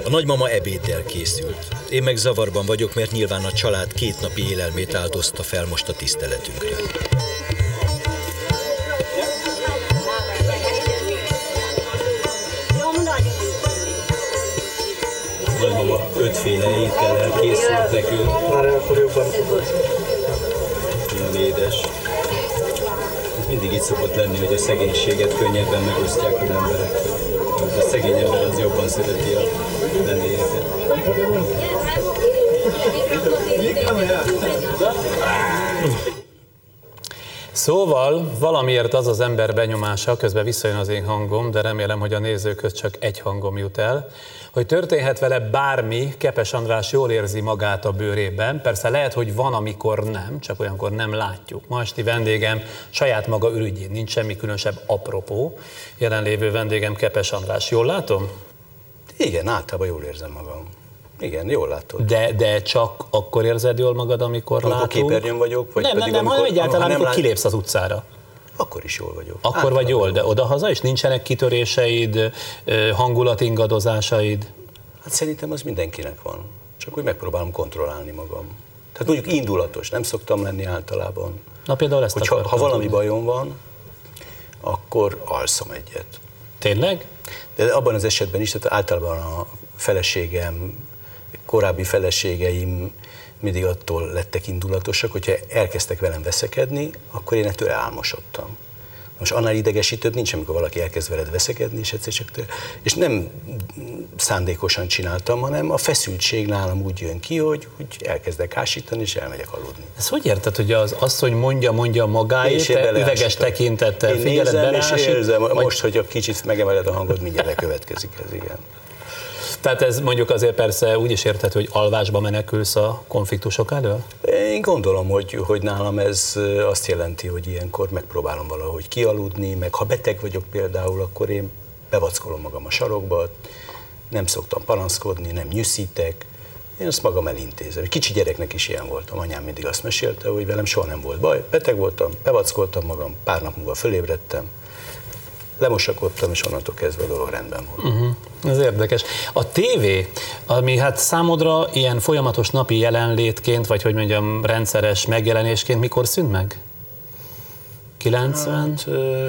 nagymama ebéddel készült. Én meg zavarban vagyok, mert nyilván a család 2 napi élelmét áldozta fel most a tiszteletünkre. Nagymama 5 féle étellel készült nekünk. Már akkor jobban. Nagyon édes. Ez mindig így szokott lenni, hogy a szegénységet könnyebben megosztják az emberek. A szegény ember az jobban szereti a vendégeket. Szóval valamiért az az ember benyomása, közben visszajön az én hangom, de remélem, hogy a nézőkhöz csak egy hangom jut el, hogy történhet vele bármi, Kepes András jól érzi magát a bőrében. Persze lehet, hogy van, amikor nem, csak olyankor nem látjuk. Ma esti vendégem saját maga ürügyén, nincs semmi különösebb apropó. Jelenlévő vendégem Kepes András. Jól látom? Igen, általában jól érzem magam. Igen, jól látod. De csak akkor érzed jól magad, amikor látunk? Amikor képernyőn vagyok? Vagy Nem, hanem egyáltalán, amikor kilépsz az utcára. Akkor is jól vagyok. Akkor általában vagy jól, de odahaza is nincsenek kitöréseid, hangulatingadozásaid? Hát szerintem az mindenkinek van. Csak úgy megpróbálom kontrollálni magam. Tehát mondjuk indulatos, nem szoktam lenni általában. Na például ezt ha valami bajom van, akkor alszom egyet. Tényleg? De abban az esetben is, tehát általában a feleségem, korábbi feleségeim mindig attól lettek indulatosak, hogyha elkezdtek velem veszekedni, akkor én ettől elmosodtam. Most annál idegesítőbb nincs, amikor valaki elkezd veled veszekedni, és egyszer csak és nem szándékosan csináltam, hanem a feszültség nálam úgy jön ki, hogy elkezdek ásítani, és elmegyek aludni. Ez hogy érted, hogy az asszony mondja magáét, te üveges tekintettel figyeled, beleásít? És érzem, most, hogy a kicsit megemeled a hangod, mindjárt következik ez, igen. Tehát ez mondjuk azért persze úgy is érthető, hogy alvásba menekülsz a konfliktusok elől? Én gondolom, hogy nálam ez azt jelenti, hogy ilyenkor megpróbálom valahogy kialudni, meg ha beteg vagyok például, akkor én bevackolom magam a sarokba, nem szoktam panaszkodni, nem nyűszítek, én ezt magam elintézem. Kicsi gyereknek is ilyen voltam, anyám mindig azt mesélte, hogy velem soha nem volt baj, beteg voltam, bevackoltam magam, pár nap múlva fölébredtem, lemosakodtam, és onnantól kezdve a dolog rendben volt. Ez érdekes. A tévé, ami hát számodra ilyen folyamatos napi jelenlétként, vagy hogy mondjam, rendszeres megjelenésként mikor szűnt meg? 90? Hát,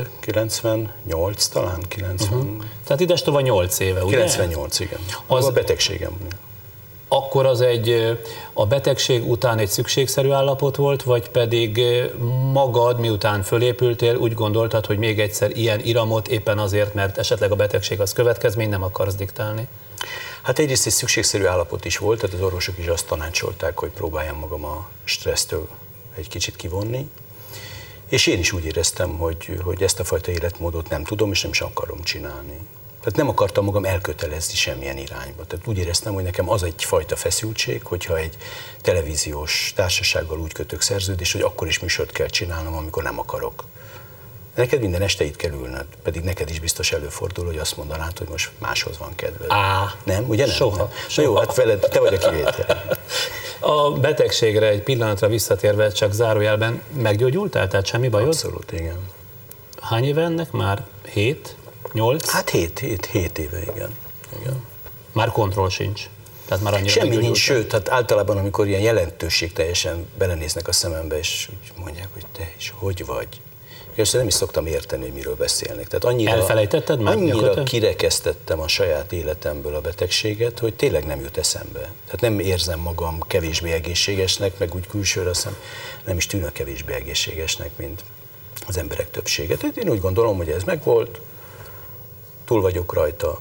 98 talán, 90. Tehát idestova 8 éve, ugye? 98, igen. Az a betegségem. Akkor az a betegség után egy szükségszerű állapot volt, vagy pedig magad, miután fölépültél, úgy gondoltad, hogy még egyszer ilyen iramot éppen azért, mert esetleg a betegség az következmény, nem akarsz diktálni? Hát egyrészt egy szükségszerű állapot is volt, tehát az orvosok is azt tanácsolták, hogy próbáljam magam a stressztől egy kicsit kivonni. És én is úgy éreztem, hogy ezt a fajta életmódot nem tudom, és nem is akarom csinálni. Tehát nem akartam magam elkötelezni semmilyen irányba. Tehát úgy éreztem, hogy nekem az egyfajta feszültség, hogyha egy televíziós társasággal úgy kötök szerződést, hogy akkor is műsort kell csinálnom, amikor nem akarok. De neked minden este itt kell ülnöd, pedig neked is biztos előfordul, hogy azt mondanád, hogy most máshoz van kedved. Nem, ugye nem? Soha. Nem. Na jó, hát veled, te vagy a kivétel. A betegségre egy pillanatra visszatérve, csak zárójelben, meggyógyultál? Tehát semmi bajod? Abszolút, igen. Hány éve ennek már? 7? 8? Hát 7 éve, igen. Már kontroll sincs. Tehát már semmi nincs, sőt, hát általában, amikor ilyen jelentőség teljesen belenéznek a szemembe, és úgy mondják, hogy te is hogy vagy. És nem is szoktam érteni, hogy miről beszélnek. Tehát elfelejtetted már? Annyira kirekesztettem a saját életemből a betegséget, hogy tényleg nem jut eszembe. Tehát nem érzem magam kevésbé egészségesnek, meg úgy külsőre azt nem is tűnök kevésbé egészségesnek, mint az emberek többsége. Tehát én úgy gondolom, hogy ez megvolt, túl vagyok rajta.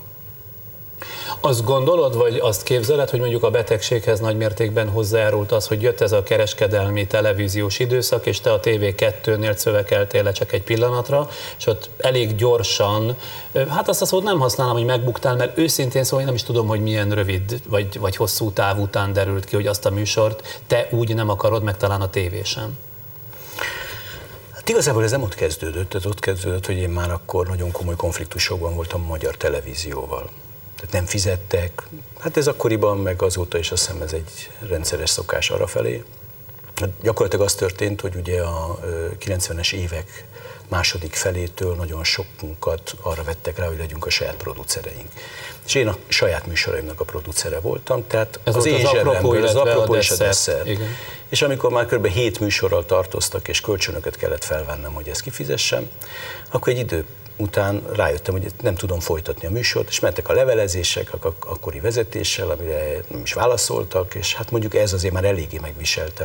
Azt gondolod, vagy azt képzeled, hogy mondjuk a betegséghez nagy mértékben hozzájárult az, hogy jött ez a kereskedelmi televíziós időszak, és te a TV2-nél szövekeltél le csak egy pillanatra, és ott elég gyorsan, hát azt a szót nem használom, hogy megbuktál, mert őszintén szóval én nem is tudom, hogy milyen rövid vagy hosszú táv után derült ki, hogy azt a műsort te úgy nem akarod, meg talán a tévé sem. Hát igazából ez nem ott kezdődött, ez ott kezdődött, hogy én már akkor nagyon komoly konfliktusokban voltam a magyar televízióval. Tehát nem fizettek, hát ez akkoriban, meg azóta is azt hiszem ez egy rendszeres szokás arrafelé. Hát gyakorlatilag az történt, hogy ugye a 90-es évek második felétől nagyon sokunkat arra vettek rá, hogy legyünk a saját producereink. És én a saját műsoraimnak a producere voltam, tehát ez az én zsebemből az apropó és a desszert. Igen. És amikor már kb. 7 műsorral tartoztak, és kölcsönöket kellett felvennem, hogy ezt kifizessem, akkor egy idő után rájöttem, hogy nem tudom folytatni a műsort, és mentek a levelezések akkori vezetéssel, amire nem is válaszoltak, és hát mondjuk ez azért már eléggé megviselte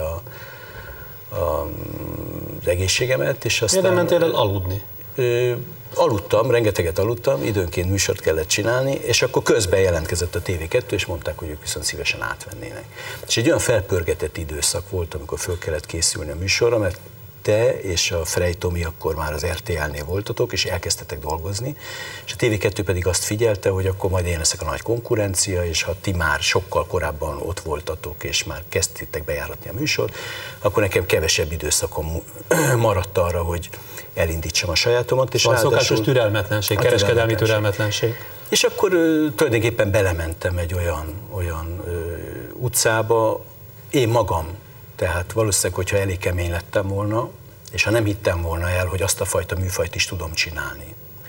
az egészségemet. És aztán, miért nem mentél el aludni? Aludtam, rengeteget aludtam, időnként műsort kellett csinálni, és akkor közben jelentkezett a TV2, és mondták, hogy ők viszont szívesen átvennének. És egy olyan felpörgetett időszak volt, amikor föl kellett készülni a műsorra, mert te és a Frey Tomi akkor már az RTL-nél voltatok, és elkezdtetek dolgozni, és a TV2 pedig azt figyelte, hogy akkor majd én leszek a nagy konkurencia, és ha ti már sokkal korábban ott voltatok, és már kezdtétek bejáratni a műsort, akkor nekem kevesebb időszakom maradt arra, hogy elindítsam a sajátomat. És a szokásos türelmetlenség, kereskedelmi türelmetlenség. És akkor tulajdonképpen belementem egy olyan utcába, én magam. Tehát valószínűleg, hogyha elég kemény lettem volna, és ha nem hittem volna el, hogy azt a fajta műfajt is tudom csinálni,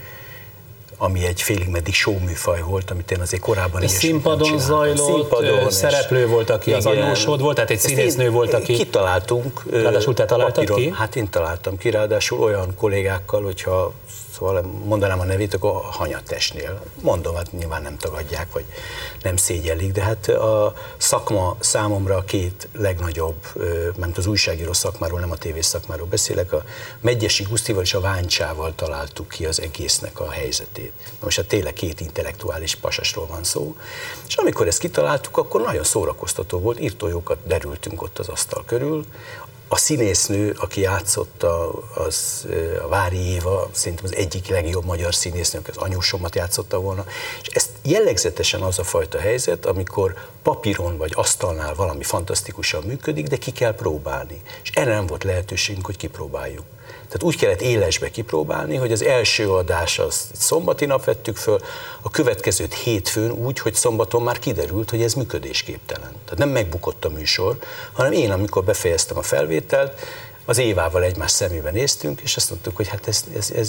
ami egy félig meddig show műfaj volt, amit én azért korábban is színpadon zajlott, szereplő volt, aki az anyósod volt, tehát egy színésznő volt, aki... Kitaláltunk. Ráadásul te találtad papíron, ki? Hát én találtam ki, ráadásul olyan kollégákkal, hogyha szóval mondanám a nevét, akkor a Hanyatestnél. Mondom, hát nyilván nem tagadják, vagy nem szégyellik, de hát a szakma számomra a két legnagyobb, mert az újságíró szakmáról, nem a tévés szakmáról beszélek, a Medgyessy Gusztival és a Váncsával találtuk ki az egésznek a helyzetét. Most hát tényleg két intellektuális pasasról van szó, és amikor ezt kitaláltuk, akkor nagyon szórakoztató volt, írtójókat derültünk ott az asztal körül. A színésznő, aki játszotta, az a Vári Éva, szerintem az egyik legjobb magyar színésznő, az anyósomat játszotta volna. És ez jellegzetesen az a fajta helyzet, amikor papíron vagy asztalnál valami fantasztikusan működik, de ki kell próbálni. És erre nem volt lehetőségünk, hogy kipróbáljuk. Tehát úgy kellett élesbe kipróbálni, hogy az első adás az szombati nap vettük föl, a következőt hétfőn úgy, hogy szombaton már kiderült, hogy ez működésképtelen. Tehát nem megbukott a műsor, hanem én, amikor befejeztem a felvételt, az Évával egymás szemébe néztünk, és azt mondtuk, hogy hát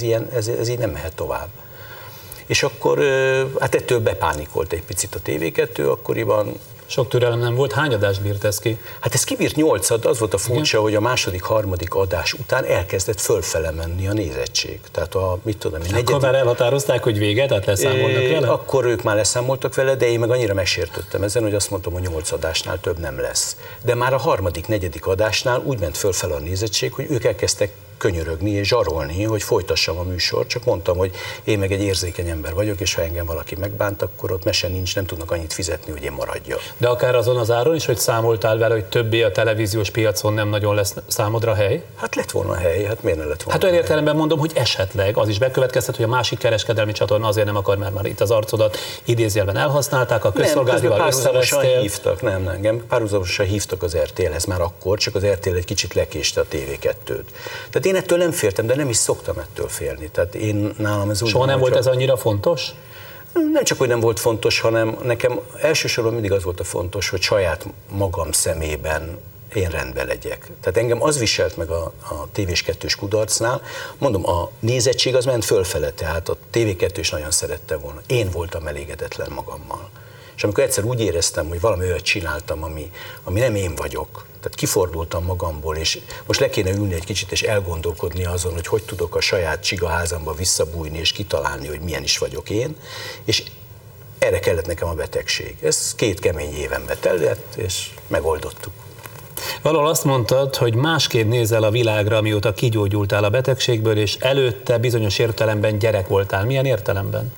ez így nem mehet tovább. És akkor hát ettől bepánikolt egy picit a TV2 akkoriban. Sok türelem nem volt. Hány adást bírt ez ki? Hát ez kibírt 8-at, az volt a furcsa, hogy a második, harmadik adás után elkezdett fölfele menni a nézettség. Tehát a, mit tudom, akkor már elhatározták, hogy vége, tehát leszámolnak vele? Akkor ők már leszámoltak vele, de én meg annyira megsértődtem ezen, hogy azt mondtam, hogy 8 adásnál több nem lesz. De már a harmadik, negyedik adásnál úgy ment fölfele a nézettség, hogy ők elkezdtek könyörögni és zsarolni, hogy folytassam a műsort, csak mondtam, hogy én meg egy érzékeny ember vagyok, és ha engem valaki megbánt, akkor ott mese nincs, nem tudnak annyit fizetni, hogy én maradjak. De akár azon az áron is, hogy számoltál vele, hogy többé a televíziós piacon nem nagyon lesz számodra hely? Hát lett volna hely, hát miért ne lett volna? Hát olyan értelemben mondom, hogy esetleg az is bekövetkezhet, hogy a másik kereskedelmi csatorna azért nem akar, mert már itt az arcodat idézőjelben elhasználták, a közszolgálatival összevesztél. Hívtak, nem, engem párhuzamosan hívtak az RTL-hez már akkor, csak az RTL egy kicsit lekéste a TV2-t. Tehát én ettől nem féltem, de nem is szoktam ettől félni. Tehát én nálam ez úgy. Soha nem volt ez annyira fontos? Nem csak, hogy nem volt fontos, hanem nekem elsősorban mindig az volt a fontos, hogy saját magam szemében én rendben legyek. Tehát engem az viselt meg a tévés 2-s kudarcnál, mondom, a nézettség az ment fölfele, tehát a TV2 is nagyon szerette volna. Én voltam elégedetlen magammal. És amikor egyszer úgy éreztem, hogy valami olyat csináltam, ami nem én vagyok, tehát kifordultam magamból, és most le kéne ülni egy kicsit, és elgondolkodni azon, hogy tudok a saját csigaházamba visszabújni, és kitalálni, hogy milyen is vagyok én, és erre kellett nekem a betegség. Ez 2 kemény évenbe tellett, és megoldottuk. Valahol azt mondtad, hogy másképp nézel a világra, amióta kigyógyultál a betegségből, és előtte bizonyos értelemben gyerek voltál. Milyen értelemben?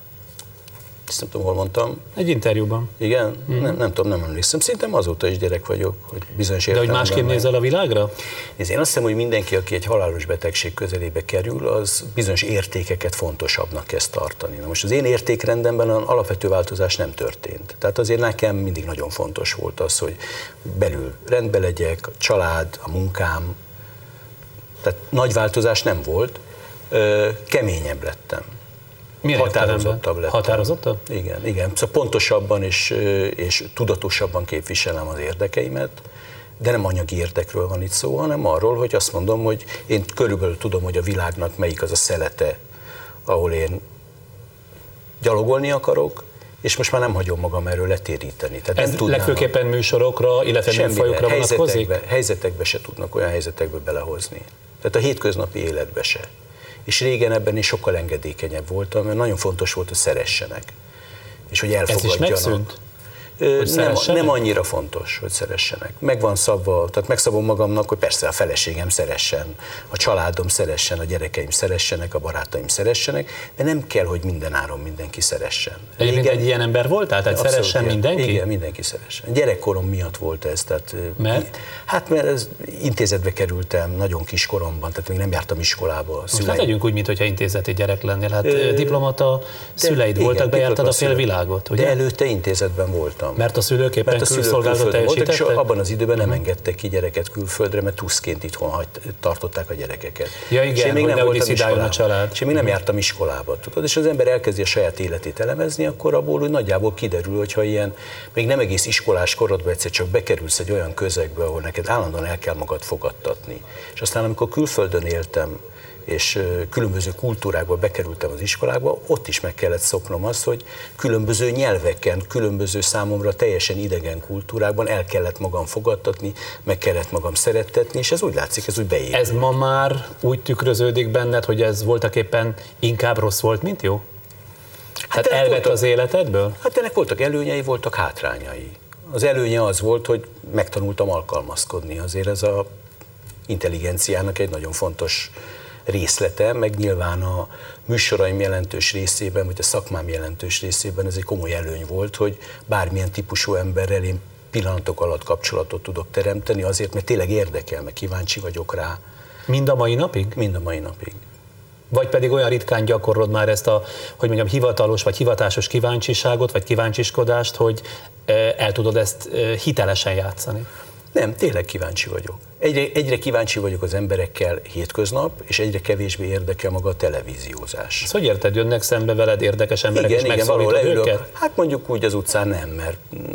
Ezt nem tudom, hol mondtam. Egy interjúban. Igen? Nem tudom, nem emlékszem. Szerintem azóta is gyerek vagyok, hogy bizonyos értelemben. De hogy másképp nézel a világra? Én azt hiszem, hogy mindenki, aki egy halálos betegség közelébe kerül, az bizonyos értékeket fontosabbnak kezd tartani. Na most az én értékrendemben alapvető változás nem történt. Tehát azért nekem mindig nagyon fontos volt az, hogy belül rendben legyek, a család, a munkám. Tehát nagy változás nem volt, keményebb lettem. Milyen határozottabb lettem. Határozottabb? Igen. Szóval pontosabban és tudatosabban képviselem az érdekeimet. De nem anyagi érdekről van itt szó, hanem arról, hogy azt mondom, hogy én körülbelül tudom, hogy a világnak melyik az a szelete, ahol én gyalogolni akarok, és most már nem hagyom magam erről letéríteni. Tehát ez legfőképpen műsorokra, illetve műfajokra vonatkozik? Helyzetekbe se tudnak olyan helyzetekbe belehozni. Tehát a hétköznapi életbe se. És régen ebben is sokkal engedékenyebb voltam, mert nagyon fontos volt, hogy szeressenek. És hogy elfogadjanak. Ez is megszűnt? Nem annyira fontos, hogy szeressenek. Meg van szabva, tehát megszabom magamnak, hogy persze a feleségem szeressen, a családom szeressen, a gyerekeim szeressenek, a barátaim szeressenek, de nem kell, hogy minden áron mindenki szeressen. Egyébként egy ilyen ember voltál? Tehát szeressen mindenki? Igen, mindenki szeressen. Gyerekkorom miatt volt ez. Tehát, mert? Hát mert intézetbe kerültem nagyon kiskoromban, tehát még nem jártam iskolába. Most hát legyünk úgy, mintha intézeti gyerek lennél. Hát diplomata szüleid voltak, bejártad a félvilágot, ugye? De előtte intézetben voltam. Mert a szülők éppen külszolgálatot teljesítettek? És abban az időben nem engedtek ki gyereket külföldre, mert tuszként itthon tartották a gyerekeket. Ja igen, és még hogy nem nehogy diszidáljon a család. És én még nem jártam iskolába, tudod? És az ember elkezdi a saját életét elemezni, akkor abból úgy nagyjából kiderül, hogyha ilyen, még nem egész iskolás korodban egyszer csak bekerülsz egy olyan közegbe, ahol neked állandóan el kell magad fogadtatni. És aztán amikor külföldön éltem, és különböző kultúrákba bekerültem az iskolákba, ott is meg kellett szoknom azt, hogy különböző nyelveken, különböző számomra teljesen idegen kultúrákban el kellett magam fogadtatni, meg kellett magam szerettetni, és ez úgy látszik, ez úgy beépül. Ez ma már úgy tükröződik benned, hogy ez voltaképpen inkább rossz volt, mint jó? Hát elvett az életedből? Hát ennek voltak előnyei, voltak hátrányai. Az előnye az volt, hogy megtanultam alkalmazkodni. Azért ez a intelligenciának egy nagyon fontos részlete, meg nyilván a műsoraim jelentős részében, vagy a szakmám jelentős részében ez egy komoly előny volt, hogy bármilyen típusú emberrel én pillanatok alatt kapcsolatot tudok teremteni, azért, mert tényleg érdekel, meg kíváncsi vagyok rá. Mind a mai napig? Mind a mai napig. Vagy pedig olyan ritkán gyakorlod már ezt a, hogy mondjam, hivatalos vagy hivatásos kíváncsiságot, vagy kíváncsiskodást, hogy el tudod ezt hitelesen játszani? Nem, tényleg kíváncsi vagyok. Egyre kíváncsi vagyok az emberekkel hétköznap, és egyre kevésbé érdekel maga a televíziózás. Ezt hogy érted, jönnek szembe veled érdekes emberek, és megszólítod őket? Hát mondjuk úgy az utcán nem, mert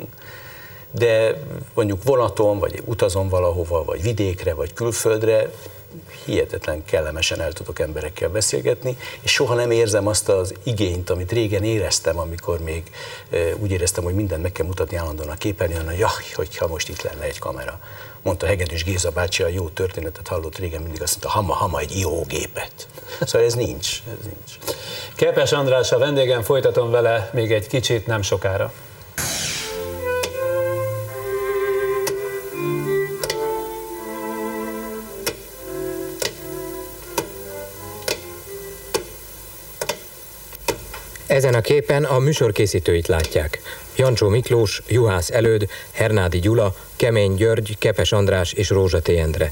de mondjuk vonaton, vagy utazom valahova, vagy vidékre, vagy külföldre, hihetetlen kellemesen el tudok emberekkel beszélgetni, és soha nem érzem azt az igényt, amit régen éreztem, amikor még úgy éreztem, hogy mindent meg kell mutatni állandóan a képernyőn, hogy hogyha most itt lenne egy kamera. Mondta Hegedűs Géza bácsi, a jó történetet hallott régen, mindig azt mondta, hama egy jó gépet. Szóval ez nincs. Kepes András a vendégem, folytatom vele még egy kicsit, nem sokára. Ezen a képen a műsorkészítőit látják. Jancsó Miklós, Juhász Előd, Hernádi Gyula, Kemény György, Kepes András és Rózsaté Endre.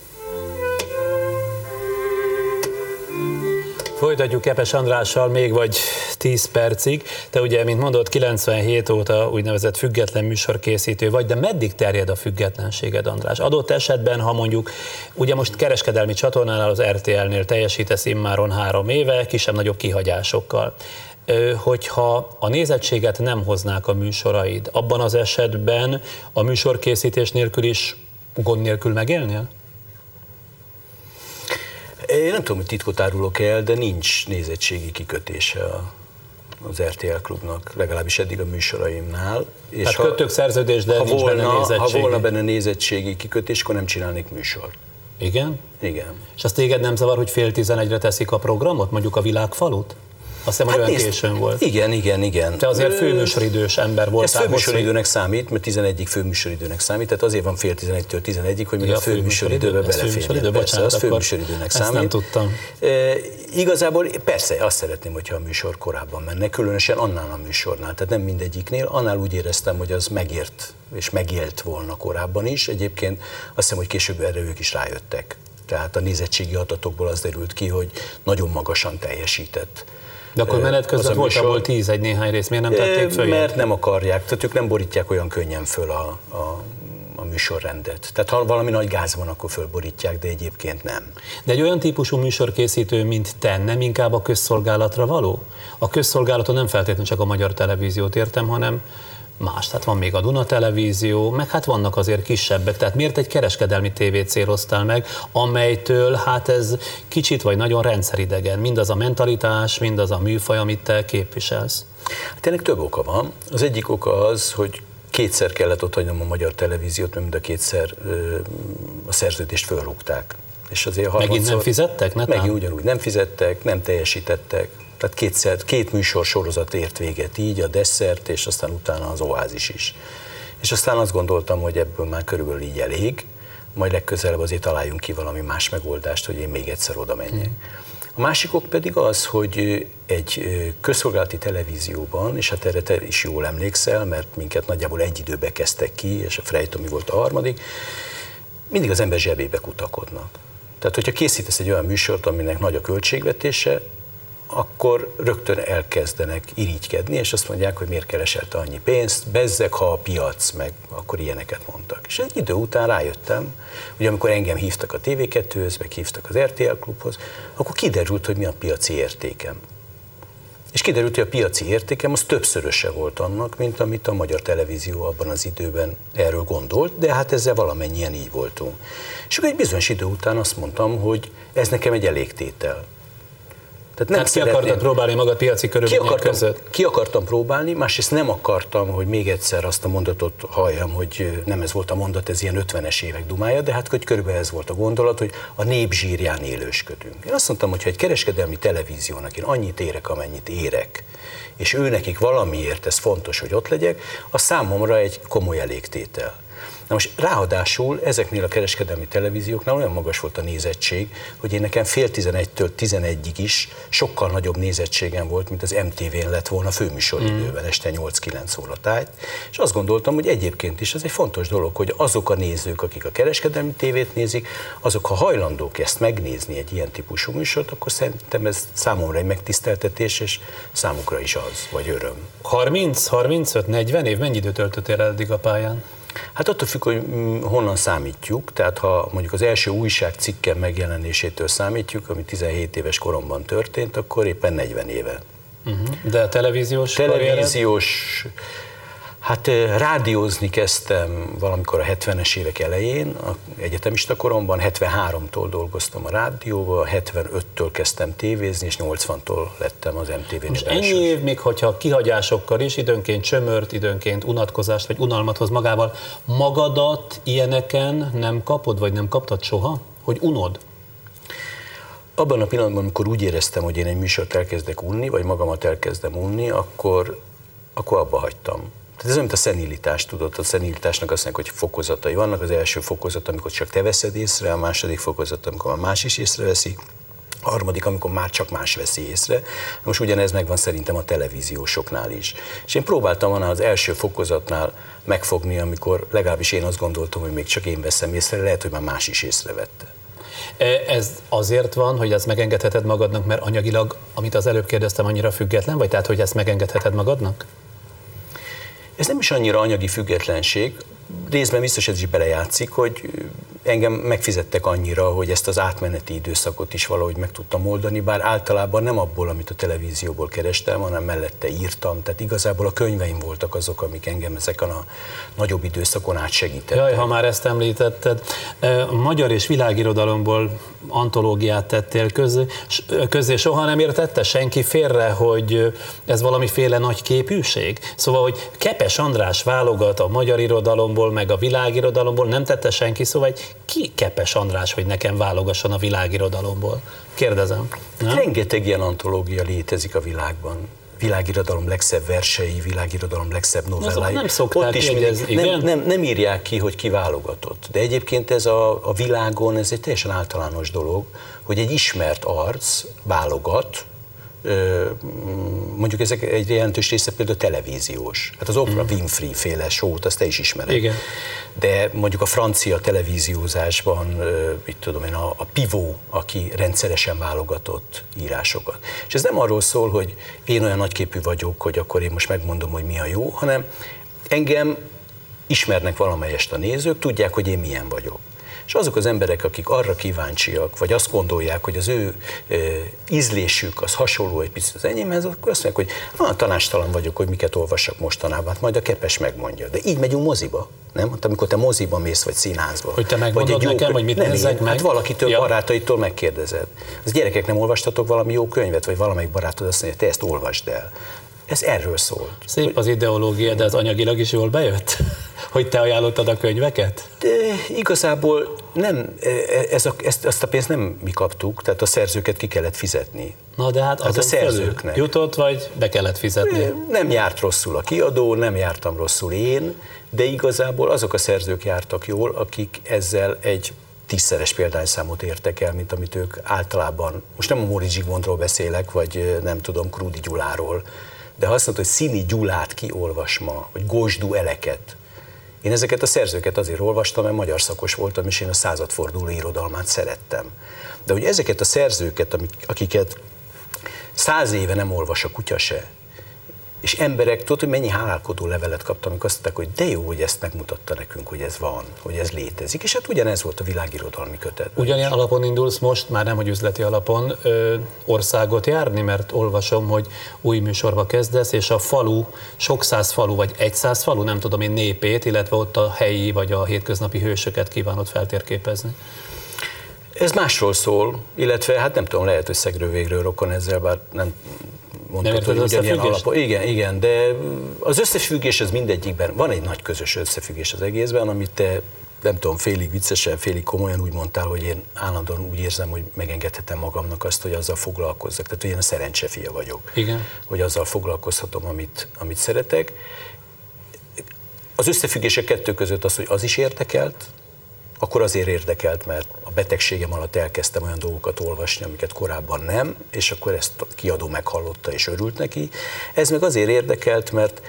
Folytatjuk Kepes Andrással még vagy 10 percig. Te ugye, mint mondod, 97 óta úgynevezett független műsorkészítő vagy, de meddig terjed a függetlenséged, András? Adott esetben, ha mondjuk, ugye most kereskedelmi csatornánál, az RTL-nél teljesítesz immáron 3 éve, kisebb-nagyobb kihagyásokkal. Hogyha a nézettséget nem hoznák a műsoraid, abban az esetben a műsorkészítés nélkül is gond nélkül megélnél? Én nem tudom, hogy titkot árulok el, de nincs nézettségi kikötése az RTL Klubnak, legalábbis eddig a műsoraimnál. És hát kötök szerződés, de nincs benne nézettségi. Ha volna benne nézettségi kikötés, akkor nem csinálnék műsort. Igen? Igen. És azt téged nem zavar, hogy 10:30-re teszik a programot, mondjuk a Világfalut? Azt hiszem, hogy olyan későn volt. Igen. Te azért főműsoridős ember voltál. Ez főműsoridőnek számít, mert 11-ig főműsoridőnek számít, tehát azért van 10:30-től 11-ig, hogy még a főműsoridőbe beleférjen. Persze, az főműsoridőnek számít. Ezt nem tudtam. Igazából persze azt szeretném, hogyha a műsor korábban menne, különösen annál a műsornál, tehát nem mindegyiknél, annál úgy éreztem, hogy az megért és megélt volna korábban is. Egyébként azt hiszem, hogy később erre ők is rájöttek. Tehát a nézettségi adatokból az derült ki, hogy nagyon magasan teljesített. De akkor menet közben volt abból 10 egy néhány rész, miért nem tették föl? Mert nem akarják, tehát ők nem borítják olyan könnyen föl a műsorrendet. Tehát ha valami nagy gáz van, akkor fölborítják, de egyébként nem. De egy olyan típusú műsorkészítő, mint te, nem inkább a közszolgálatra való? A közszolgálaton nem feltétlenül csak a magyar televíziót értem, hanem más. Tehát van még a Duna Televízió, meg hát vannak azért kisebbek. Tehát miért egy kereskedelmi tévét céloztál meg, amelytől hát ez kicsit vagy nagyon rendszeridegen, mindaz a mentalitás, mindaz a műfaj, amit te képviselsz? Hát ennek több oka van. Az egyik oka az, hogy kétszer kellett ott hagynom a Magyar Televíziót, mert mind a kétszer a szerződést fölrúgták. És azért megint nem fizettek? Megint ugyanúgy nem fizettek, nem teljesítettek. Tehát két műsor sorozat ért véget így, a Desszert, és aztán utána az Oázis is. És aztán azt gondoltam, hogy ebből már körülbelül így elég, majd legközelebb azért találjunk ki valami más megoldást, hogy én még egyszer oda menjek. A másik ok pedig az, hogy egy közszolgálati televízióban, és hát erre te is jól emlékszel, mert minket nagyjából egy időbe kezdtek ki, és a Frejtomi volt a harmadik, mindig az ember zsebébe kutakodnak. Tehát, hogyha készítesz egy olyan műsort, aminek nagy a költségvetése, akkor rögtön elkezdenek irigykedni, és azt mondják, hogy miért keresel te annyi pénzt, bezzeg, ha a piac, meg akkor ilyeneket mondtak. És egy idő után rájöttem, hogy amikor engem hívtak a TV2-höz, meg hívtak az RTL Klubhoz, akkor kiderült, hogy mi a piaci értékem. És kiderült, hogy a piaci értékem az többszöröse volt annak, mint amit a Magyar Televízió abban az időben erről gondolt, de hát ezzel valamennyien így voltunk. És akkor egy bizonyos idő után azt mondtam, hogy ez nekem egy elégtétel. Tehát ki akartad próbálni magad piaci körülmények között? Ki akartam próbálni, másrészt nem akartam, hogy még egyszer azt a mondatot halljam, hogy nem ez volt a mondat, ez ilyen 50-es évek dumája, de hát hogy körülbelül ez volt a gondolat, hogy a nép zsírján élősködünk. Én azt mondtam, hogy ha egy kereskedelmi televíziónak én annyit érek, amennyit érek, és őnekik valamiért ez fontos, hogy ott legyek, az számomra egy komoly elégtétel. Na most ráadásul ezeknél a kereskedelmi televízióknál olyan magas volt a nézettség, hogy én nekem 10:30-től 11-ig is sokkal nagyobb nézettségem volt, mint az MTV-n lett volna főműsoridőben, este 8-9 óra tájt, és azt gondoltam, hogy egyébként is ez egy fontos dolog, hogy azok a nézők, akik a kereskedelmi tévét nézik, azok ha hajlandók ezt megnézni egy ilyen típusú műsort, akkor szerintem ez számomra egy megtiszteltetés, és számukra is az, vagy öröm. 30-35-40 év, mennyi időt töltöttél eddig a pályán? Hát attól függ, hogy honnan számítjuk, tehát ha mondjuk az első újságcikkem megjelenésétől számítjuk, ami 17 éves koromban történt, akkor éppen 40 éve. De a televíziós hát rádiózni kezdtem valamikor a 70-es évek elején, a egyetemista koromban, 73-tól dolgoztam a rádióban, 75-től kezdtem tévézni, és 80-tól lettem az MTV-nél. Most ennyi év, még hogyha kihagyásokkal is, időnként csömört, időnként unatkozást, vagy unalmat hoz magával, magadat ilyeneken nem kapod, vagy nem kaptad soha? Hogy unod? Abban a pillanatban, amikor úgy éreztem, hogy én egy műsort elkezdek unni, vagy magamat elkezdem unni, akkor abba hagytam. Tehát ez olyan, mint a szenilitás, tudod, a szenilitásnak azt mondják, hogy fokozatai vannak, az első fokozat, amikor csak te veszed észre, a második fokozat, amikor más is észreveszi, a harmadik, amikor már csak más veszi észre. Most ugyanez megvan szerintem a televíziósoknál is. És én próbáltam annál az első fokozatnál megfogni, amikor legalábbis én azt gondoltam, hogy még csak én veszem észre, lehet, hogy már más is észrevette. Ez azért van, hogy ezt megengedheted magadnak, mert anyagilag, amit az előbb kérdeztem, annyira független, vagy tehát, hogy ezt megengedheted magadnak? Ez nem is annyira anyagi függetlenség, részben biztos ez is belejátszik, hogy engem megfizettek annyira, hogy ezt az átmeneti időszakot is valahogy meg tudtam oldani, bár általában nem abból, amit a televízióból kerestem, hanem mellette írtam, tehát igazából a könyveim voltak azok, amik engem ezeken a nagyobb időszakon átsegítettek. Jaj, ha már ezt említetted, a magyar és világirodalomból antológiát tettél közé, soha nem értette senki félre, hogy ez valamiféle nagy képűség? Szóval, hogy Kepes András válogat a magyar irodalomból, meg a világirodalomból, nem tette senki, szóval, hogy ki Kepes András, hogy nekem válogasson a világirodalomból? Kérdezem. Rengeteg ilyen antológia létezik a világban. Világirodalom legszebb versei, világirodalom legszebb novellái. Nem szokták jegyezni, nem írják ki, hogy ki válogatott. De egyébként ez a világon, ez egy teljesen általános dolog, hogy egy ismert arc válogat, mondjuk ezek egy jelentős része például televíziós. Hát az Oprah Winfrey féle show-t, azt te is ismered. Igen. De mondjuk a francia televíziózásban, mit tudom én, a Pivot, aki rendszeresen válogatott írásokat. És ez nem arról szól, hogy én olyan nagyképű vagyok, hogy akkor én most megmondom, hogy mi a jó, hanem engem ismernek valamelyest a nézők, tudják, hogy én milyen vagyok. És azok az emberek, akik arra kíváncsiak, vagy azt gondolják, hogy az ő ízlésük az hasonló egy picit az enyémhez, akkor azt mondják, hogy tanácstalan vagyok, hogy miket olvassak mostanában, hát majd a Kepes megmondja. De így megyünk moziba, nem? Hát amikor te moziba mész, vagy színházba. Hogy te megmondod nekem, hogy mit nézzek meg? Hát valakitől, barátaitól megkérdezed. Az gyerekek, nem olvastatok valami jó könyvet, vagy valamelyik barátod azt mondja, te ezt olvasd el. Ez erről szól. Szép az ideológia, de az anyagilag is jól bejött? Hogy te ajánlottad a könyveket? De igazából nem, ezt a pénzt nem mi kaptuk, tehát a szerzőket ki kellett fizetni. Na de hát a szerzőknek jutott, vagy be kellett fizetni? Nem járt rosszul a kiadó, nem jártam rosszul én, de igazából azok a szerzők jártak jól, akik ezzel egy 10-szeres példányszámot értek el, mint amit ők általában, most nem a Móricz Zsigmondról beszélek, vagy nem tudom, Krúdy Gyuláról, de ha azt mondod, hogy Szini Gyulát kiolvas ma, vagy Gosdú Eleket. Én ezeket a szerzőket azért olvastam, mert magyar szakos voltam, és én a századforduló irodalmát szerettem. De hogy ezeket a szerzőket, akiket 100 éve nem olvas a kutya se, és emberek, tudod, hogy mennyi hálálkodó levelet kaptam, amikor azt mondták, hogy de jó, hogy ezt megmutatta nekünk, hogy ez van, hogy ez létezik, és hát ugyanez volt a világirodalmi kötet. Ugyanilyen alapon indulsz most, már nem, hogy üzleti alapon, országot járni, mert olvasom, hogy új műsorba kezdesz, és a falu, sok száz falu, vagy 100 falu, nem tudom én, népét, illetve ott a helyi, vagy a hétköznapi hősöket kívánod feltérképezni. Ez másról szól, illetve hát nem tudom, lehet, hogy szegről végről rokon ezzel, bár nem mondtad, hogy ugyanilyen alapon. Igen, de az összefüggés az mindegyikben, van egy nagy közös összefüggés az egészben, amit te, nem tudom, félig viccesen, félig komolyan úgy mondtál, hogy én állandóan úgy érzem, hogy megengedhetem magamnak azt, hogy azzal foglalkozzak. Tehát, hogy én a szerencsefia vagyok. Igen. Hogy azzal foglalkozhatom, amit szeretek. Az összefüggés a kettő között az, hogy az is érdekelt, akkor azért érdekelt, mert a betegségem alatt elkezdtem olyan dolgokat olvasni, amiket korábban nem, és akkor ezt a kiadó meghallotta és örült neki. Ez meg azért érdekelt, mert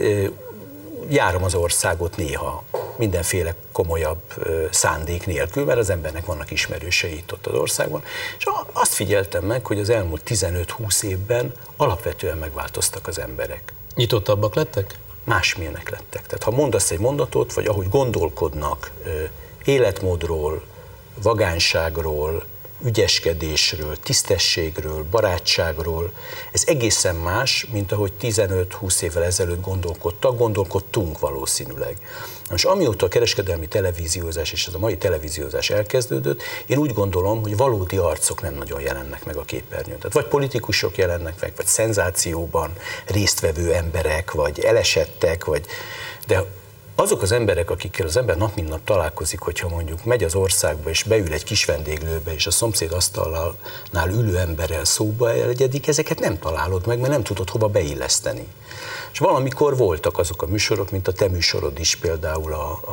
járom az országot néha mindenféle komolyabb szándék nélkül, mert az embernek vannak ismerősei itt ott az országban, és azt figyeltem meg, hogy az elmúlt 15-20 évben alapvetően megváltoztak az emberek. Nyitottabbak lettek? Másmilyenek lettek. Tehát ha mondasz egy mondatot, vagy ahogy gondolkodnak, életmódról, vagányságról, ügyeskedésről, tisztességről, barátságról, ez egészen más, mint ahogy 15-20 évvel ezelőtt gondolkodtunk valószínűleg. Most amióta a kereskedelmi televíziózás és ez a mai televíziózás elkezdődött, én úgy gondolom, hogy valódi arcok nem nagyon jelennek meg a képernyőn. Tehát vagy politikusok jelennek meg, vagy szenzációban résztvevő emberek, vagy elesettek, de azok az emberek, akikkel az ember nap mint nap találkozik, hogyha mondjuk megy az országba és beül egy kis vendéglőbe, és a szomszéd asztalnál ülő emberrel szóba egyedik, ezeket nem találod meg, mert nem tudod hova beilleszteni. És valamikor voltak azok a műsorok, mint a te műsorod is, például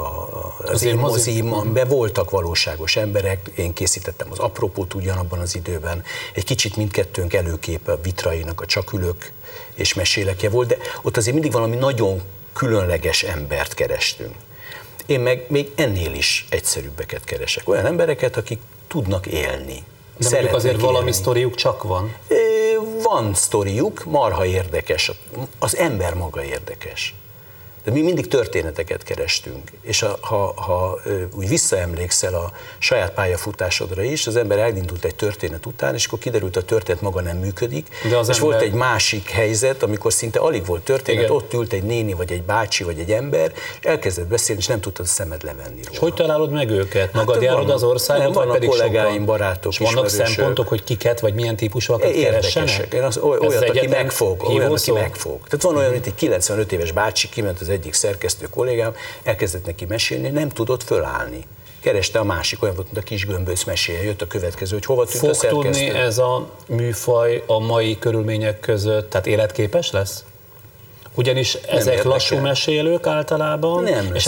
az én mozim, amiben voltak valóságos emberek, én készítettem az Apropót ugyanabban az időben, egy kicsit mindkettőnk előképe a Vitrainak a Csak ülök és mesélekje volt, de ott azért mindig valami nagyon különleges embert kerestünk. Én meg még ennél is egyszerűbbeket keresek. Olyan embereket, akik tudnak élni. De mondjuk azért valami sztoriuk csak van? Van sztoriuk, marha érdekes. Az ember maga érdekes. De mi mindig történeteket kerestünk. És ha úgy visszaemlékszel a saját pályafutásodra is, az ember elindult egy történet után, és akkor kiderült, a történet maga nem működik. És volt egy másik helyzet, amikor szinte alig volt történet, igen. Ott ült egy néni, vagy egy bácsi, vagy egy ember, és elkezdett beszélni, és nem tudtad a szemed levenni róla. És hogy találod meg őket? Magad járod az országot, vagy pedig kollégáim, barátok, és vannak szempontok, hogy kiket, vagy milyen típusokat keressenek? Olyat, aki megfog. Tehát van olyan, mint egy 95 éves bácsi, kiment az egyik szerkesztő kollégám, elkezdett neki mesélni, nem tudott fölállni. Kereste a másik, olyan volt, mint a Kis Gömböc mesélje, jött a következő, hogy hova tűnt a szerkesztő. Fog tudni ez a műfaj a mai körülmények között, tehát életképes lesz? Ugyanis ezek lassú mesélők általában, nem és a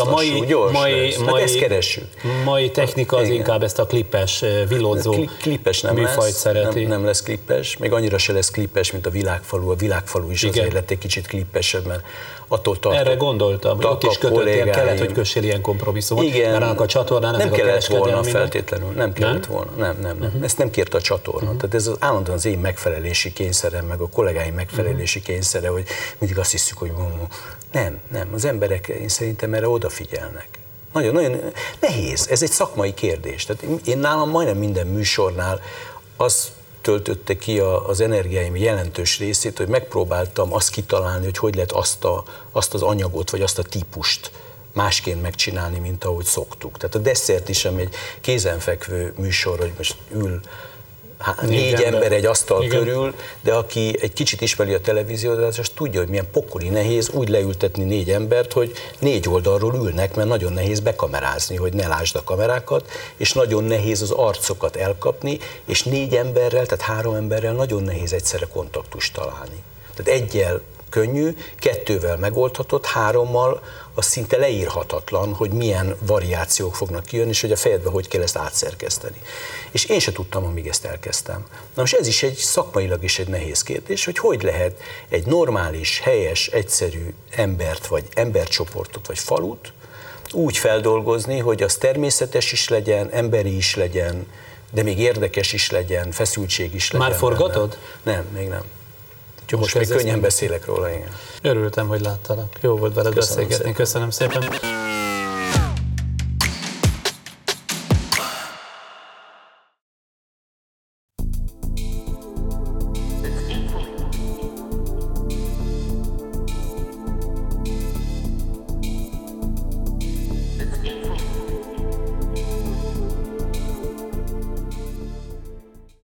mai ezt keressük. Mai technika az inkább ezt a klippes, villódzó műfajt szereti. Nem lesz klippes, még annyira se lesz klippes, mint a Világfalu. A Világfalu is azért lett egy kicsit klippesebb, mert attól tartok. Erre gondoltam, hogy ott is kötöttél, kellett, hogy kössél ilyen kompromisszumot. Igen, mert annak a csatornán nem kellett volna feltétlenül, nem kellett volna. Nem. Ezt nem kérte a csatorna. Tehát ez állandóan az én megfelelési kényszerem, meg a kollégáim megfelelési kényszere, hogy mindig azt hiszük, hogy nem. Az emberek én szerintem erre odafigyelnek. Nagyon nehéz. Ez egy szakmai kérdés. Tehát én nálam majdnem minden műsornál az töltötte ki az energiáim jelentős részét, hogy megpróbáltam azt kitalálni, hogy lehet azt az anyagot, vagy azt a típust másként megcsinálni, mint ahogy szoktuk. Tehát a desszert is, ami egy kézenfekvő műsor, hogy most ül négy ember egy asztal körül, de aki egy kicsit ismeri a televíziót, az tudja, hogy milyen pokoli nehéz úgy leültetni 4 embert, hogy 4 oldalról ülnek, mert nagyon nehéz bekamerázni, hogy ne lásd a kamerákat, és nagyon nehéz az arcokat elkapni, és 4 emberrel, tehát 3 emberrel nagyon nehéz egyszerre kontaktust találni. Tehát 1-jel könnyű, 2-vel megoldhatott, 3-mal az szinte leírhatatlan, hogy milyen variációk fognak kijönni, és hogy a fejedbe hogy kell ezt átszerkeszteni. És én se tudtam, amíg ezt elkezdtem. Na most ez is egy szakmailag is egy nehéz kérdés, hogy lehet egy normális, helyes, egyszerű embert, vagy embercsoportot, vagy falut úgy feldolgozni, hogy az természetes is legyen, emberi is legyen, de még érdekes is legyen, feszültség is legyen. Már forgatod? Nem, még nem. Most még könnyen beszélek róla, igen. Örültem, hogy láttalak. Jó volt veled beszélgetni. Köszönöm szépen.